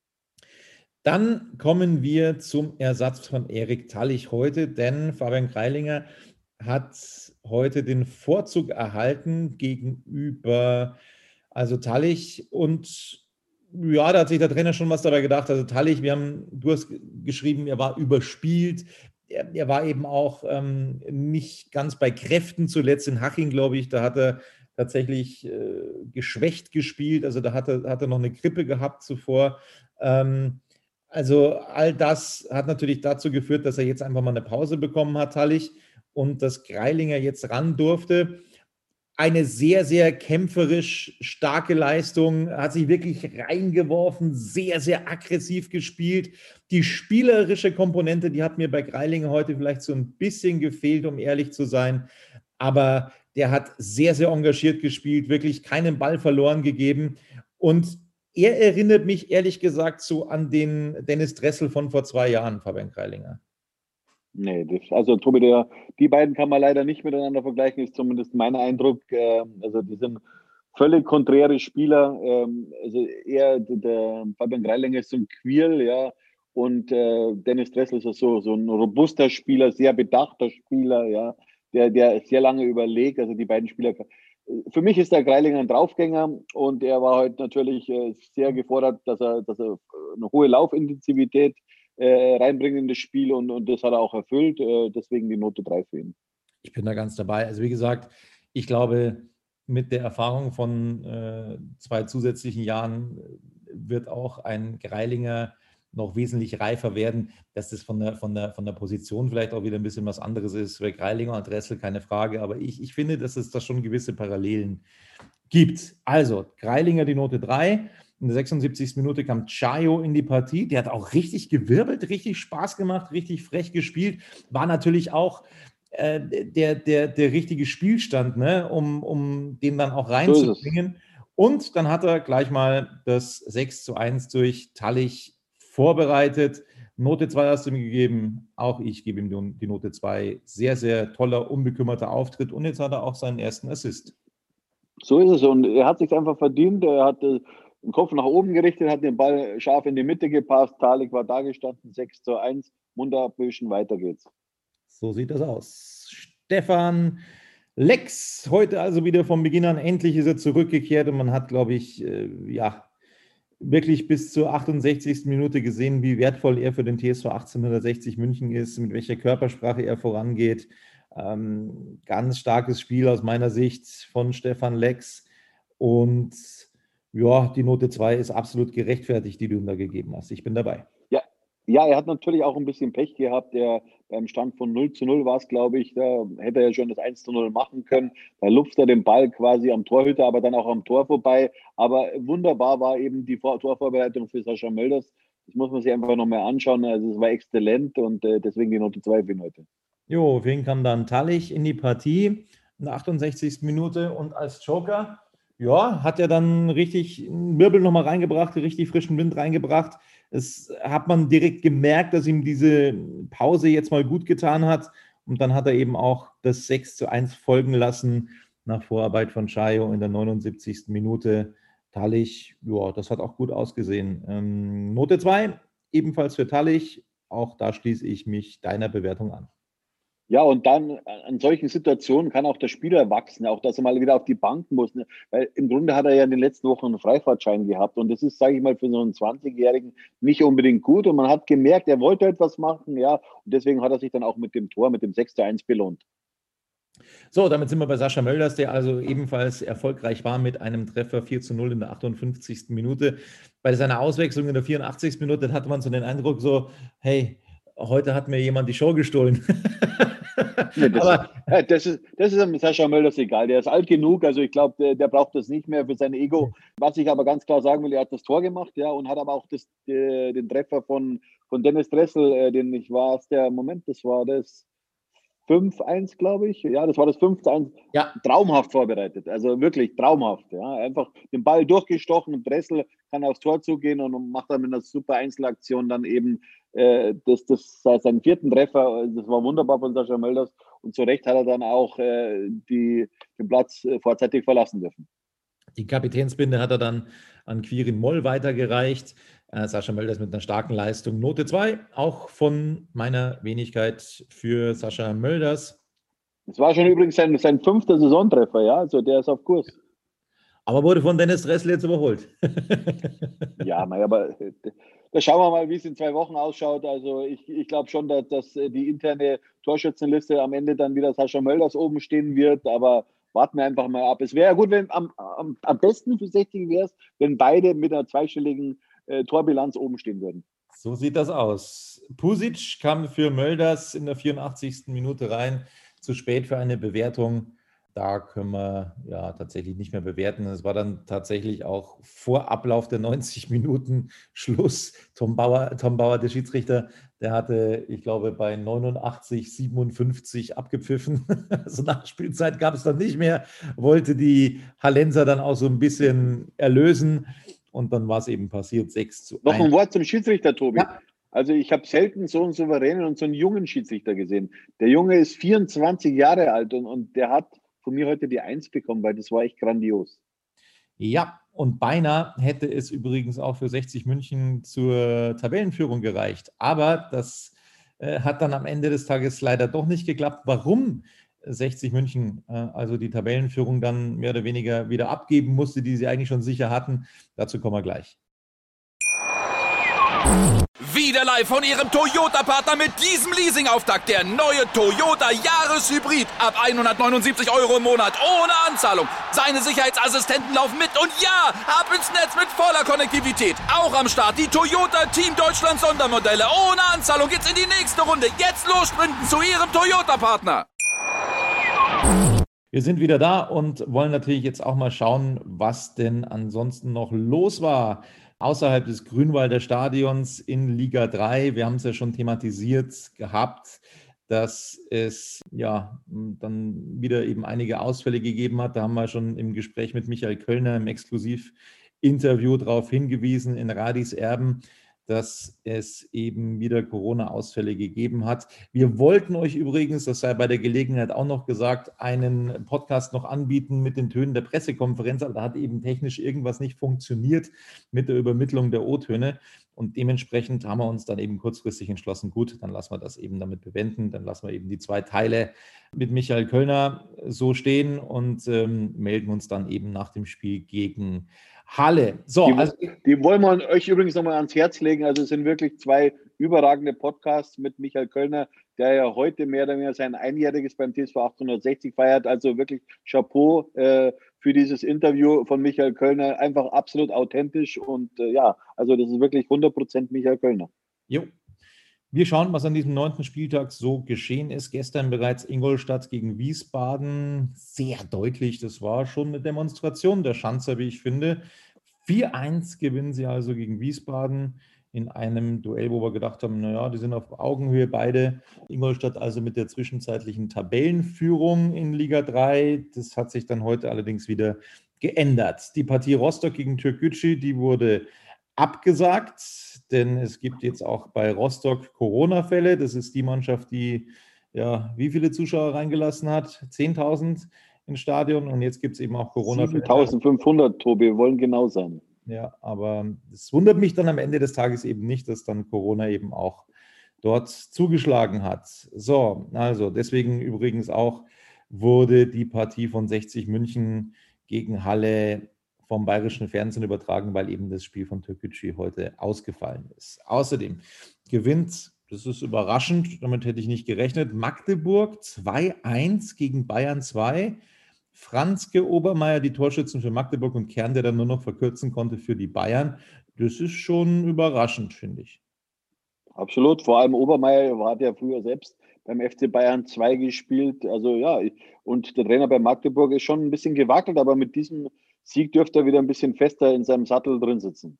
Dann kommen wir zum Ersatz von Erik Tallich heute, denn Fabian Greilinger hat heute den Vorzug erhalten gegenüber also Tallich und ja, da hat sich der Trainer schon was dabei gedacht. Also Tallich, wir haben, du hast geschrieben, er war überspielt, er, er war eben auch ähm, nicht ganz bei Kräften zuletzt in Haching, glaube ich, da hat er tatsächlich äh, geschwächt gespielt, also da hat er, hat er noch eine Grippe gehabt zuvor. Ähm, Also all das hat natürlich dazu geführt, dass er jetzt einfach mal eine Pause bekommen hat, Tallich, und dass Greilinger jetzt ran durfte. Eine sehr, sehr kämpferisch starke Leistung, hat sich wirklich reingeworfen, sehr, sehr aggressiv gespielt. Die spielerische Komponente, die hat mir bei Greilinger heute vielleicht so ein bisschen gefehlt, um ehrlich zu sein. Aber Der hat sehr, sehr engagiert gespielt, wirklich keinen Ball verloren gegeben. Und er erinnert mich ehrlich gesagt so an den Dennis Dressel von vor zwei Jahren, Fabian Greilinger. Nee, das, also Tobi, der, die beiden kann man leider nicht miteinander vergleichen, ist zumindest mein Eindruck. Äh, also die sind völlig konträre Spieler. Ähm, also eher der, der Fabian Greilinger ist so ein Quirl, ja, und äh, Dennis Dressel ist so, so ein robuster Spieler, sehr bedachter Spieler, ja, der, der sehr lange überlegt. Also die beiden Spieler. Für mich ist der Greilinger ein Draufgänger und er war heute natürlich äh, sehr gefordert, dass er, dass er eine hohe Laufintensivität Äh, reinbringen in das Spiel und, und das hat er auch erfüllt, äh, deswegen die Note drei für ihn. Ich bin da ganz dabei. Also wie gesagt, ich glaube, mit der Erfahrung von äh, zwei zusätzlichen Jahren wird auch ein Greilinger noch wesentlich reifer werden, dass das von der, von der, von der Position vielleicht auch wieder ein bisschen was anderes ist. Bei Greilinger und Dressel keine Frage, aber ich, ich finde, dass es da schon gewisse Parallelen gibt. Also, Greilinger die Note drei. In der sechsundsiebzigsten Minute kam Chayo in die Partie. Der hat auch richtig gewirbelt, richtig Spaß gemacht, richtig frech gespielt. War natürlich auch äh, der, der, der richtige Spielstand, ne? um, um den dann auch reinzubringen. So und dann hat er gleich mal das sechs zu eins durch Tallich vorbereitet. Note zwei hast du mir gegeben. Auch ich gebe ihm die Note zwei. Sehr, sehr toller, unbekümmerter Auftritt. Und jetzt hat er auch seinen ersten Assist. So ist es. Und er hat sich einfach verdient. Er hat den Kopf nach oben gerichtet, hat den Ball scharf in die Mitte gepasst. Talik war da gestanden, sechs zu eins. Mund abwischen, weiter geht's. So sieht das aus. Stefan Lex, heute also wieder vom Beginn an. Endlich ist er zurückgekehrt und man hat, glaube ich, äh, ja, wirklich bis zur achtundsechzigsten Minute gesehen, wie wertvoll er für den T S V achtzehnhundertsechzig München ist, mit welcher Körpersprache er vorangeht. Ähm, ganz starkes Spiel aus meiner Sicht von Stefan Lex. Und ja, die Note zwei ist absolut gerechtfertigt, die du ihm da gegeben hast. Ich bin dabei. Ja, ja, er hat natürlich auch ein bisschen Pech gehabt. Der, beim Stand von null zu null war es, glaube ich, da hätte er schon das eins zu null machen können. Da lupft er den Ball quasi am Torhüter, aber dann auch am Tor vorbei. Aber wunderbar war eben die Vor- Torvorbereitung für Sascha Mölders. Das muss man sich einfach nochmal anschauen. Also es war exzellent und äh, deswegen die Note zwei für ihn heute. Jo, für ihn kam dann Tallich in die Partie in der achtundsechzigsten Minute und als Joker, ja, hat er dann richtig einen Wirbel nochmal reingebracht, richtig frischen Wind reingebracht. Es hat man direkt gemerkt, dass ihm diese Pause jetzt mal gut getan hat. Und dann hat er eben auch das sechs zu eins folgen lassen nach Vorarbeit von Chayo in der neunundsiebzigsten Minute. Tallich, ja, das hat auch gut ausgesehen. Ähm, Note zwei, ebenfalls für Tallich. Auch da schließe ich mich deiner Bewertung an. Ja, und dann an solchen Situationen kann auch der Spieler wachsen, auch dass er mal wieder auf die Bank muss. Ne? Weil im Grunde hat er ja in den letzten Wochen einen Freifahrtschein gehabt und das ist, sage ich mal, für so einen zwanzigjährigen nicht unbedingt gut. Und man hat gemerkt, er wollte etwas machen, ja, und deswegen hat er sich dann auch mit dem Tor, mit dem sechs zu eins belohnt. So, damit sind wir bei Sascha Mölders, der also ebenfalls erfolgreich war mit einem Treffer vier zu null in der achtundfünfzigsten Minute. Bei seiner Auswechslung in der vierundachtzigsten Minute hatte man so den Eindruck so, hey, heute hat mir jemand die Show gestohlen. Nee, das, aber das ist, das ist Sascha Mölders egal. Der ist alt genug, also ich glaube, der, der braucht das nicht mehr für sein Ego. Was ich aber ganz klar sagen will, er hat das Tor gemacht, ja, und hat aber auch das, die, den Treffer von, von Dennis Dressel, äh, den ich war, der Moment, das war das fünf eins, glaube ich. Ja, das war das fünf zu eins. Ja. Traumhaft vorbereitet, also wirklich traumhaft. Ja. Einfach den Ball durchgestochen und Dressel kann aufs Tor zugehen und macht dann mit einer super Einzelaktion dann eben äh, das, das, seinen vierten Treffer. Das war wunderbar von Sascha Mölders und zu Recht hat er dann auch äh, die, den Platz äh, vorzeitig verlassen dürfen. Die Kapitänsbinde hat er dann an Quirin Moll weitergereicht. Äh, Sascha Mölders mit einer starken Leistung. Note zwei, auch von meiner Wenigkeit für Sascha Mölders. Das war schon übrigens sein, sein fünfter Saisontreffer, ja, also der ist auf Kurs. Aber wurde von Dennis Dressel jetzt überholt. Ja, aber da schauen wir mal, wie es in zwei Wochen ausschaut. Also ich, ich glaube schon, dass, dass die interne Torschützenliste am Ende dann wieder Sascha Mölders oben stehen wird, aber warten wir einfach mal ab. Es wäre ja gut, wenn am, am, am besten für sechzig wäre es, wenn beide mit einer zweistelligen äh, Torbilanz oben stehen würden. So sieht das aus. Pusic kam für Mölders in der vierundachtzigsten Minute rein. Zu spät für eine Bewertung. Da können wir ja tatsächlich nicht mehr bewerten. Es war dann tatsächlich auch vor Ablauf der neunzig Minuten Schluss. Tom Bauer, Tom Bauer, der Schiedsrichter, Der hatte, ich glaube, bei neunundachtzig, siebenundfünfzig abgepfiffen. Also nach Spielzeit gab es dann nicht mehr, wollte die Hallenser dann auch so ein bisschen erlösen. Und dann war es eben passiert, sechs zu eins. Noch ein Wort zum Schiedsrichter, Tobi. Ja. Also ich habe selten so einen souveränen und so einen jungen Schiedsrichter gesehen. Der Junge ist vierundzwanzig Jahre alt und, und der hat von mir heute die Eins bekommen, weil das war echt grandios. Ja, und beinahe hätte es übrigens auch für sechzig München zur Tabellenführung gereicht. Aber das äh, hat dann am Ende des Tages leider doch nicht geklappt. Warum sechzig München äh, also die Tabellenführung dann mehr oder weniger wieder abgeben musste, die sie eigentlich schon sicher hatten, dazu kommen wir gleich. Wieder live von Ihrem Toyota-Partner mit diesem Leasing-Auftakt. Der neue Toyota Jahreshybrid. Ab hundertneunundsiebzig Euro im Monat. Ohne Anzahlung. Seine Sicherheitsassistenten laufen mit. Und ja, ab ins Netz mit voller Konnektivität. Auch am Start die Toyota Team Deutschland Sondermodelle. Ohne Anzahlung geht's in die nächste Runde. Jetzt los sprinten zu Ihrem Toyota-Partner. Wir sind wieder da und wollen natürlich jetzt auch mal schauen, was denn ansonsten noch los war außerhalb des Grünwalder Stadions in Liga drei. Wir haben es ja schon thematisiert gehabt, dass es ja dann wieder eben einige Ausfälle gegeben hat. Da haben wir schon im Gespräch mit Michael Kölner im Exklusivinterview darauf hingewiesen in Radis Erben, dass es eben wieder Corona-Ausfälle gegeben hat. Wir wollten euch übrigens, das sei bei der Gelegenheit auch noch gesagt, einen Podcast noch anbieten mit den Tönen der Pressekonferenz, aber da hat eben technisch irgendwas nicht funktioniert mit der Übermittlung der O-Töne und dementsprechend haben wir uns dann eben kurzfristig entschlossen, gut, dann lassen wir das eben damit bewenden, dann lassen wir eben die zwei Teile mit Michael Kölner so stehen und ähm, melden uns dann eben nach dem Spiel gegen Halle. So, die, also, die wollen wir euch übrigens nochmal ans Herz legen. Also es sind wirklich zwei überragende Podcasts mit Michael Kölner, der ja heute mehr oder weniger sein Einjähriges beim T S V achthundertsechzig feiert. Also wirklich Chapeau äh, für dieses Interview von Michael Kölner. Einfach absolut authentisch und äh, ja, also das ist wirklich hundert Prozent Michael Kölner. Jo. Wir schauen, was an diesem neunten Spieltag so geschehen ist. Gestern bereits Ingolstadt gegen Wiesbaden. Sehr deutlich, das war schon eine Demonstration der Schanzer, wie ich finde. vier eins gewinnen sie also gegen Wiesbaden in einem Duell, wo wir gedacht haben, naja, die sind auf Augenhöhe beide. Ingolstadt also mit der zwischenzeitlichen Tabellenführung in Liga drei. Das hat sich dann heute allerdings wieder geändert. Die Partie Rostock gegen Türkgücü, die wurde abgesagt, denn es gibt jetzt auch bei Rostock Corona-Fälle. Das ist die Mannschaft, die, ja, wie viele Zuschauer reingelassen hat? zehntausend ins Stadion und jetzt gibt es eben auch Corona-Fälle. siebentausendfünfhundert, Tobi, wir wollen genau sein. Ja, aber es wundert mich dann am Ende des Tages eben nicht, dass dann Corona eben auch dort zugeschlagen hat. So, also deswegen übrigens auch wurde die Partie von sechzig München gegen Halle vom Bayerischen Fernsehen übertragen, weil eben das Spiel von Türkgücü heute ausgefallen ist. Außerdem gewinnt, das ist überraschend, damit hätte ich nicht gerechnet, Magdeburg zwei eins gegen Bayern zwei. Franzke, Obermeier, die Torschützen für Magdeburg und Kern, der dann nur noch verkürzen konnte für die Bayern. Das ist schon überraschend, finde ich. Absolut, vor allem Obermeier hat ja früher selbst beim F C Bayern zwei gespielt. Also ja, und der Trainer bei Magdeburg ist schon ein bisschen gewackelt, aber mit diesem Sieg dürfte er wieder ein bisschen fester in seinem Sattel drin sitzen.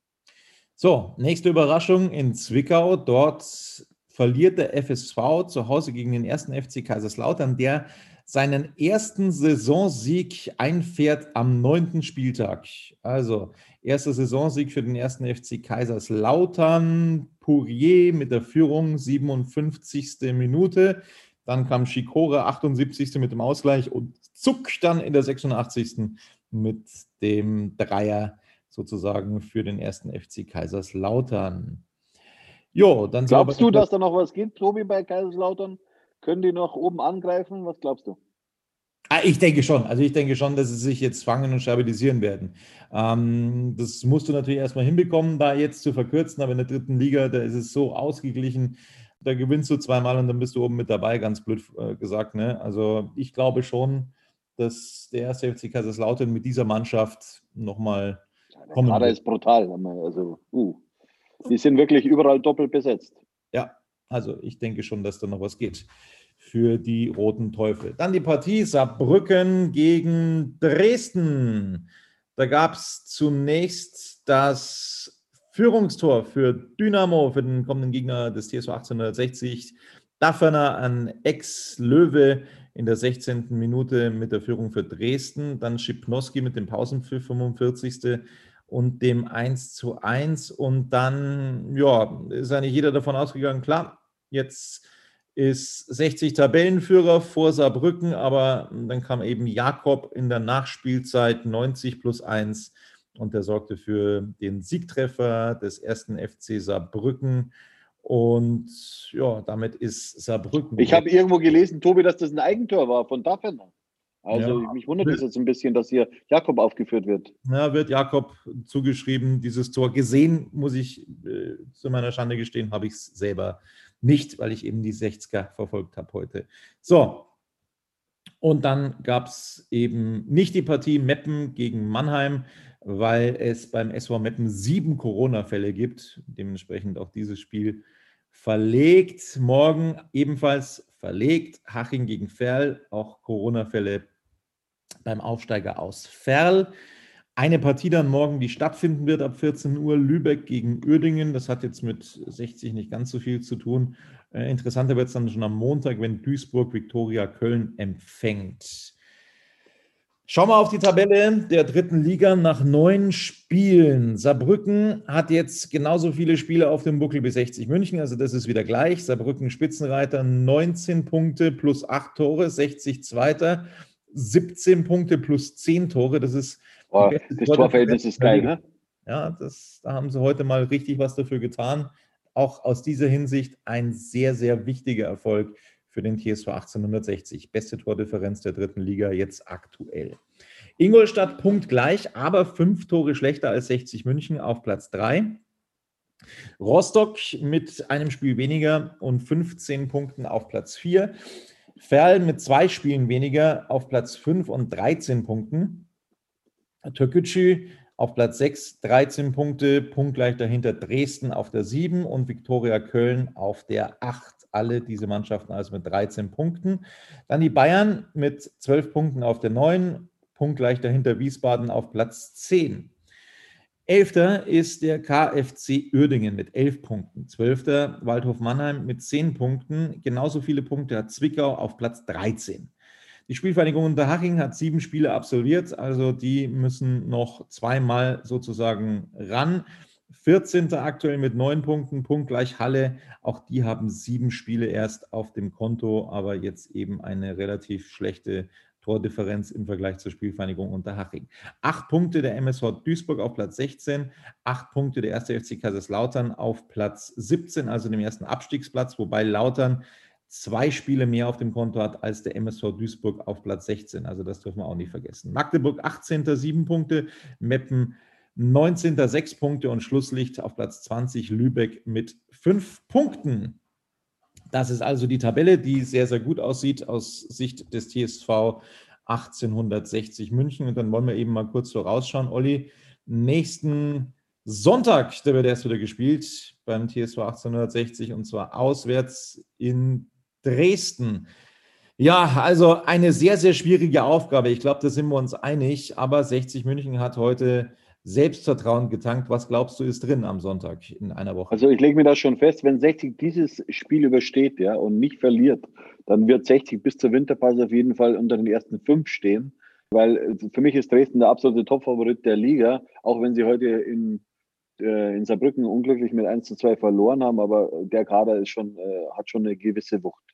So, nächste Überraschung in Zwickau. Dort verliert der F S V zu Hause gegen den ersten F C Kaiserslautern, der seinen ersten Saisonsieg einfährt am neunten Spieltag. Also, erster Saisonsieg für den ersten F C Kaiserslautern. Pourier mit der Führung, siebenundfünfzigste Minute. Dann kam Schikora, achtundsiebzigste mit dem Ausgleich und Zuck dann in der sechsundachtzigsten mit dem Dreier sozusagen für den ersten F C Kaiserslautern. Jo, dann glaubst du, dass da noch was geht, Tobi, bei Kaiserslautern? Können die noch oben angreifen? Was glaubst du? Ich denke schon. Also ich denke schon, dass sie sich jetzt fangen und stabilisieren werden. Ähm, das musst du natürlich erstmal hinbekommen, da jetzt zu verkürzen. Aber in der dritten Liga, da ist es so ausgeglichen. Da gewinnst du zweimal und dann bist du oben mit dabei, ganz blöd äh, gesagt. Ne? Also ich glaube schon, dass der erste F C Kaiserslautern mit dieser Mannschaft nochmal ja, kommen wird. Der Kader ist brutal. Also, uh, die sind wirklich überall doppelt besetzt. Ja, also ich denke schon, dass da noch was geht für die Roten Teufel. Dann die Partie Saarbrücken gegen Dresden. Da gab es zunächst das Führungstor für Dynamo, für den kommenden Gegner des T S V achtzehnhundertsechzig. Dafferner an Ex-Löwe in der sechzehnten Minute mit der Führung für Dresden. Dann Schipnowski mit dem Pausenpfiff, fünfundvierzigsten und dem eins zu eins. Und dann, ja, ist eigentlich jeder davon ausgegangen, klar, jetzt ist sechzig Tabellenführer vor Saarbrücken, aber dann kam eben Jakob in der Nachspielzeit neunzig plus eins und der sorgte für den Siegtreffer des ersten F C Saarbrücken. Und ja, damit ist Saarbrücken. Ich habe irgendwo gelesen, Tobi, dass das ein Eigentor war von Dafferner. Also Ja. mich wundert es jetzt ein bisschen, dass hier Jakob aufgeführt wird. Ja, wird Jakob zugeschrieben, dieses Tor. Gesehen, muss ich äh, zu meiner Schande gestehen, habe ich es selber nicht, weil ich eben die sechziger verfolgt habe heute. So, und dann gab es eben nicht die Partie Meppen gegen Mannheim, weil es beim S V Meppen sieben Corona-Fälle gibt. Dementsprechend auch dieses Spiel verlegt. Morgen ebenfalls verlegt. Haching gegen Verl, auch Corona-Fälle beim Aufsteiger aus Verl. Eine Partie dann morgen, die stattfinden wird ab vierzehn Uhr, Lübeck gegen Uerdingen. Das hat jetzt mit sechzig nicht ganz so viel zu tun. Äh, interessanter wird es dann schon am Montag, wenn Duisburg Viktoria Köln empfängt. Schauen wir auf die Tabelle der dritten Liga nach neun Spielen. Saarbrücken hat jetzt genauso viele Spiele auf dem Buckel wie sechzig München, also das ist wieder gleich. Saarbrücken Spitzenreiter, neunzehn Punkte plus acht Tore, sechzig Zweiter, siebzehn Punkte plus zehn Tore. Das ist Oh, das Torverhältnis ist geil, ne? Ja, das, da haben sie heute mal richtig was dafür getan. Auch aus dieser Hinsicht ein sehr, sehr wichtiger Erfolg für den T S V achtzehnhundertsechzig. Beste Tordifferenz der dritten Liga jetzt aktuell. Ingolstadt punktgleich, aber fünf Tore schlechter als sechzig München auf Platz drei. Rostock mit einem Spiel weniger und fünfzehn Punkten auf Platz vier. Verl mit zwei Spielen weniger auf Platz fünf und dreizehn Punkten. Türkgücü auf Platz sechs, dreizehn Punkte, punktgleich dahinter Dresden auf der sieben und Viktoria Köln auf der acht. Alle diese Mannschaften also mit dreizehn Punkten. Dann die Bayern mit zwölf Punkten auf der neun, punktgleich dahinter Wiesbaden auf Platz zehn. Elfter ist der K F C Uerdingen mit elf Punkten. Zwölfter Waldhof Mannheim mit zehn Punkten. Genauso viele Punkte hat Zwickau auf Platz dreizehn. Die Spielvereinigung Unterhaching hat sieben Spiele absolviert, also die müssen noch zweimal sozusagen ran. vierzehnter aktuell mit neun Punkten, punktgleich Halle. Auch die haben sieben Spiele erst auf dem Konto, aber jetzt eben eine relativ schlechte Tordifferenz im Vergleich zur Spielvereinigung Unterhaching. Acht Punkte der M S V Duisburg auf Platz sechzehn, acht Punkte der erste F C Kaiserslautern auf Platz siebzehn, also dem ersten Abstiegsplatz, wobei Lautern zwei Spiele mehr auf dem Konto hat als der M S V Duisburg auf Platz sechzehn. Also das dürfen wir auch nicht vergessen. Magdeburg achtzehnter sieben Punkte, Meppen neunzehnter sechs Punkte und Schlusslicht auf Platz zwanzig Lübeck mit fünf Punkten. Das ist also die Tabelle, die sehr, sehr gut aussieht aus Sicht des T S V achtzehnhundertsechzig München. Und dann wollen wir eben mal kurz vorausschauen, Olli. Nächsten Sonntag, da wird erst wieder gespielt beim T S V achtzehnhundertsechzig und zwar auswärts in Dresden. Ja, also eine sehr, sehr schwierige Aufgabe. Ich glaube, da sind wir uns einig. Aber sechzig München hat heute Selbstvertrauen getankt. Was glaubst du, ist drin am Sonntag in einer Woche? Also ich lege mir das schon fest, wenn sechzig dieses Spiel übersteht, ja, und nicht verliert, dann wird sechzig bis zur Winterpause auf jeden Fall unter den ersten fünf stehen. Weil für mich ist Dresden der absolute Topfavorit der Liga, auch wenn sie heute in in Saarbrücken unglücklich mit eins zu zwei verloren haben, aber der Kader ist schon, äh, hat schon eine gewisse Wucht.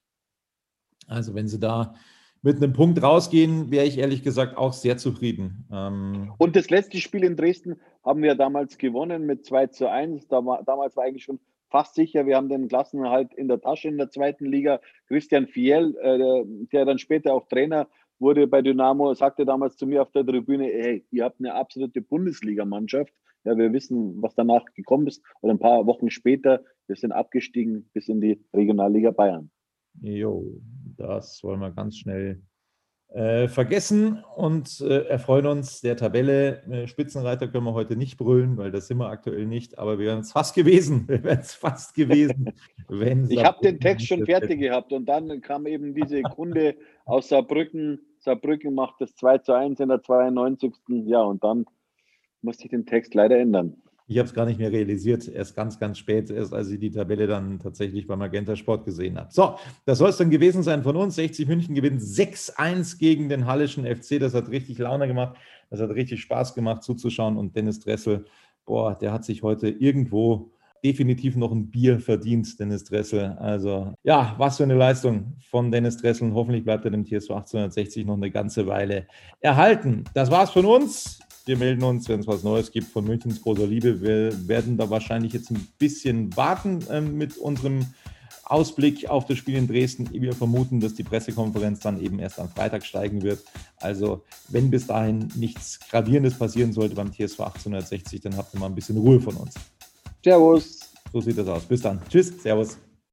Also wenn sie da mit einem Punkt rausgehen, wäre ich ehrlich gesagt auch sehr zufrieden. Ähm Und das letzte Spiel in Dresden haben wir damals gewonnen mit zwei zu eins. Da war, damals war eigentlich schon fast sicher, wir haben den Klassenerhalt in der Tasche in der zweiten Liga. Christian Fiel, äh, der dann später auch Trainer wurde bei Dynamo, sagte damals zu mir auf der Tribüne, hey, ihr habt eine absolute Bundesligamannschaft. Ja, wir wissen, was danach gekommen ist. Und ein paar Wochen später, wir sind abgestiegen bis in die Regionalliga Bayern. Jo, das wollen wir ganz schnell äh, vergessen und äh, erfreuen uns der Tabelle. Äh, Spitzenreiter können wir heute nicht brüllen, weil das sind wir aktuell nicht, aber wir wären es fast gewesen. Wir wären es fast gewesen. wenn ich habe den Text schon fertig gehabt und dann kam eben diese Kunde aus Saarbrücken. Saarbrücken macht das zwei zu eins in der zweiundneunzigsten Ja, und dann musste ich den Text leider ändern. Ich habe es gar nicht mehr realisiert, erst ganz, ganz spät, erst als ich die Tabelle dann tatsächlich bei Magenta Sport gesehen habe. So, das soll es dann gewesen sein von uns. sechzig München gewinnt sechs eins gegen den Hallischen F C. Das hat richtig Laune gemacht, das hat richtig Spaß gemacht zuzuschauen. Und Dennis Dressel, boah, der hat sich heute irgendwo definitiv noch ein Bier verdient, Dennis Dressel. Also ja, was für eine Leistung von Dennis Dressel. Und hoffentlich bleibt er dem T S V achtzehnhundertsechzig noch eine ganze Weile erhalten. Das war's von uns. Wir melden uns, wenn es was Neues gibt von Münchens großer Liebe. Wir werden da wahrscheinlich jetzt ein bisschen warten äh, mit unserem Ausblick auf das Spiel in Dresden. Wir vermuten, dass die Pressekonferenz dann eben erst am Freitag steigen wird. Also wenn bis dahin nichts Gravierendes passieren sollte beim T S V achtzehnhundertsechzig, dann habt ihr mal ein bisschen Ruhe von uns. Servus. So sieht das aus. Bis dann. Tschüss. Servus.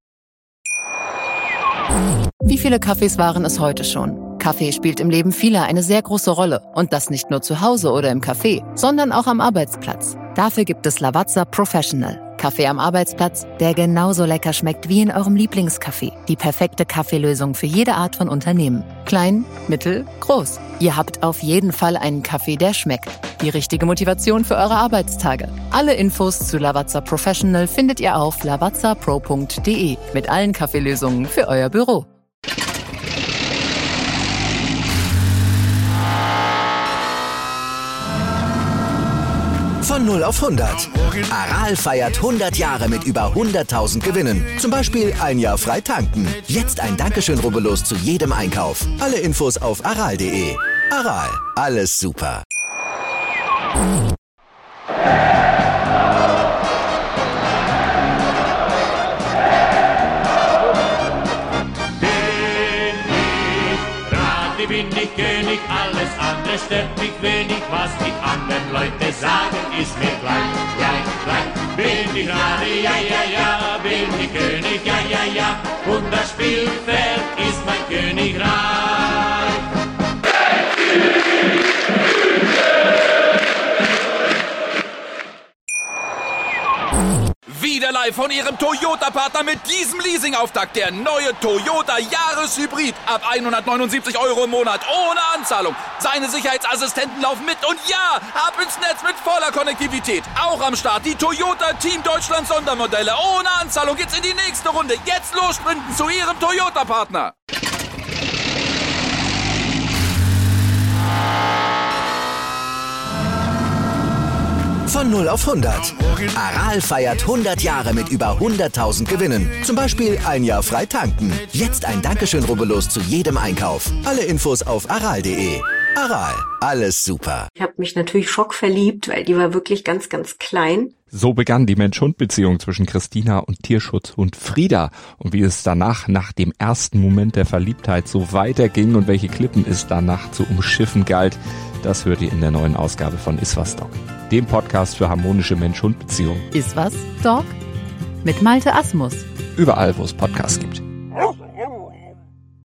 Wie viele Kaffees waren es heute schon? Kaffee spielt im Leben vieler eine sehr große Rolle. Und das nicht nur zu Hause oder im Café, sondern auch am Arbeitsplatz. Dafür gibt es Lavazza Professional. Kaffee am Arbeitsplatz, der genauso lecker schmeckt wie in eurem Lieblingscafé. Die perfekte Kaffeelösung für jede Art von Unternehmen. Klein, mittel, groß. Ihr habt auf jeden Fall einen Kaffee, der schmeckt. Die richtige Motivation für eure Arbeitstage. Alle Infos zu Lavazza Professional findet ihr auf lavazza pro punkt de mit allen Kaffeelösungen für euer Büro. Von null auf hundert. Aral feiert hundert Jahre mit über hunderttausend Gewinnen. Zum Beispiel ein Jahr frei tanken. Jetzt ein Dankeschön, rubbellos zu jedem Einkauf. Alle Infos auf aral punkt de. Aral, alles super. Bin ich König, alles andere stört mich wenig, was die anderen Leute sagen, ist mir gleich, gleich, gleich. Bin ich gerade, ja, ja, ja, bin ich König, ja, ja, ja, und das Spielfeld ist mein Königreich. Wieder live von Ihrem Toyota-Partner mit diesem Leasing-Auftakt. Der neue Toyota Jahreshybrid. Ab hundertneunundsiebzig Euro im Monat. Ohne Anzahlung. Seine Sicherheitsassistenten laufen mit. Und ja, ab ins Netz mit voller Konnektivität. Auch am Start die Toyota Team Deutschland Sondermodelle. Ohne Anzahlung geht's in die nächste Runde. Jetzt los sprinten zu Ihrem Toyota-Partner. Von null auf hundert. Aral feiert hundert Jahre mit über hunderttausend Gewinnen. Zum Beispiel ein Jahr frei tanken. Jetzt ein Dankeschön, rubbellos zu jedem Einkauf. Alle Infos auf aral punkt de. Aral, alles super. Ich habe mich natürlich schockverliebt, weil die war wirklich ganz, ganz klein. So begann die Mensch-Hund-Beziehung zwischen Christina und Tierschutzhund Frieda. Und wie es danach, nach dem ersten Moment der Verliebtheit, so weiterging und welche Klippen es danach zu umschiffen galt, das hört ihr in der neuen Ausgabe von Iswas Dog, dem Podcast für harmonische Mensch-Hund-Beziehungen. Iswas Dog? Mit Malte Asmus. Überall, wo es Podcasts gibt.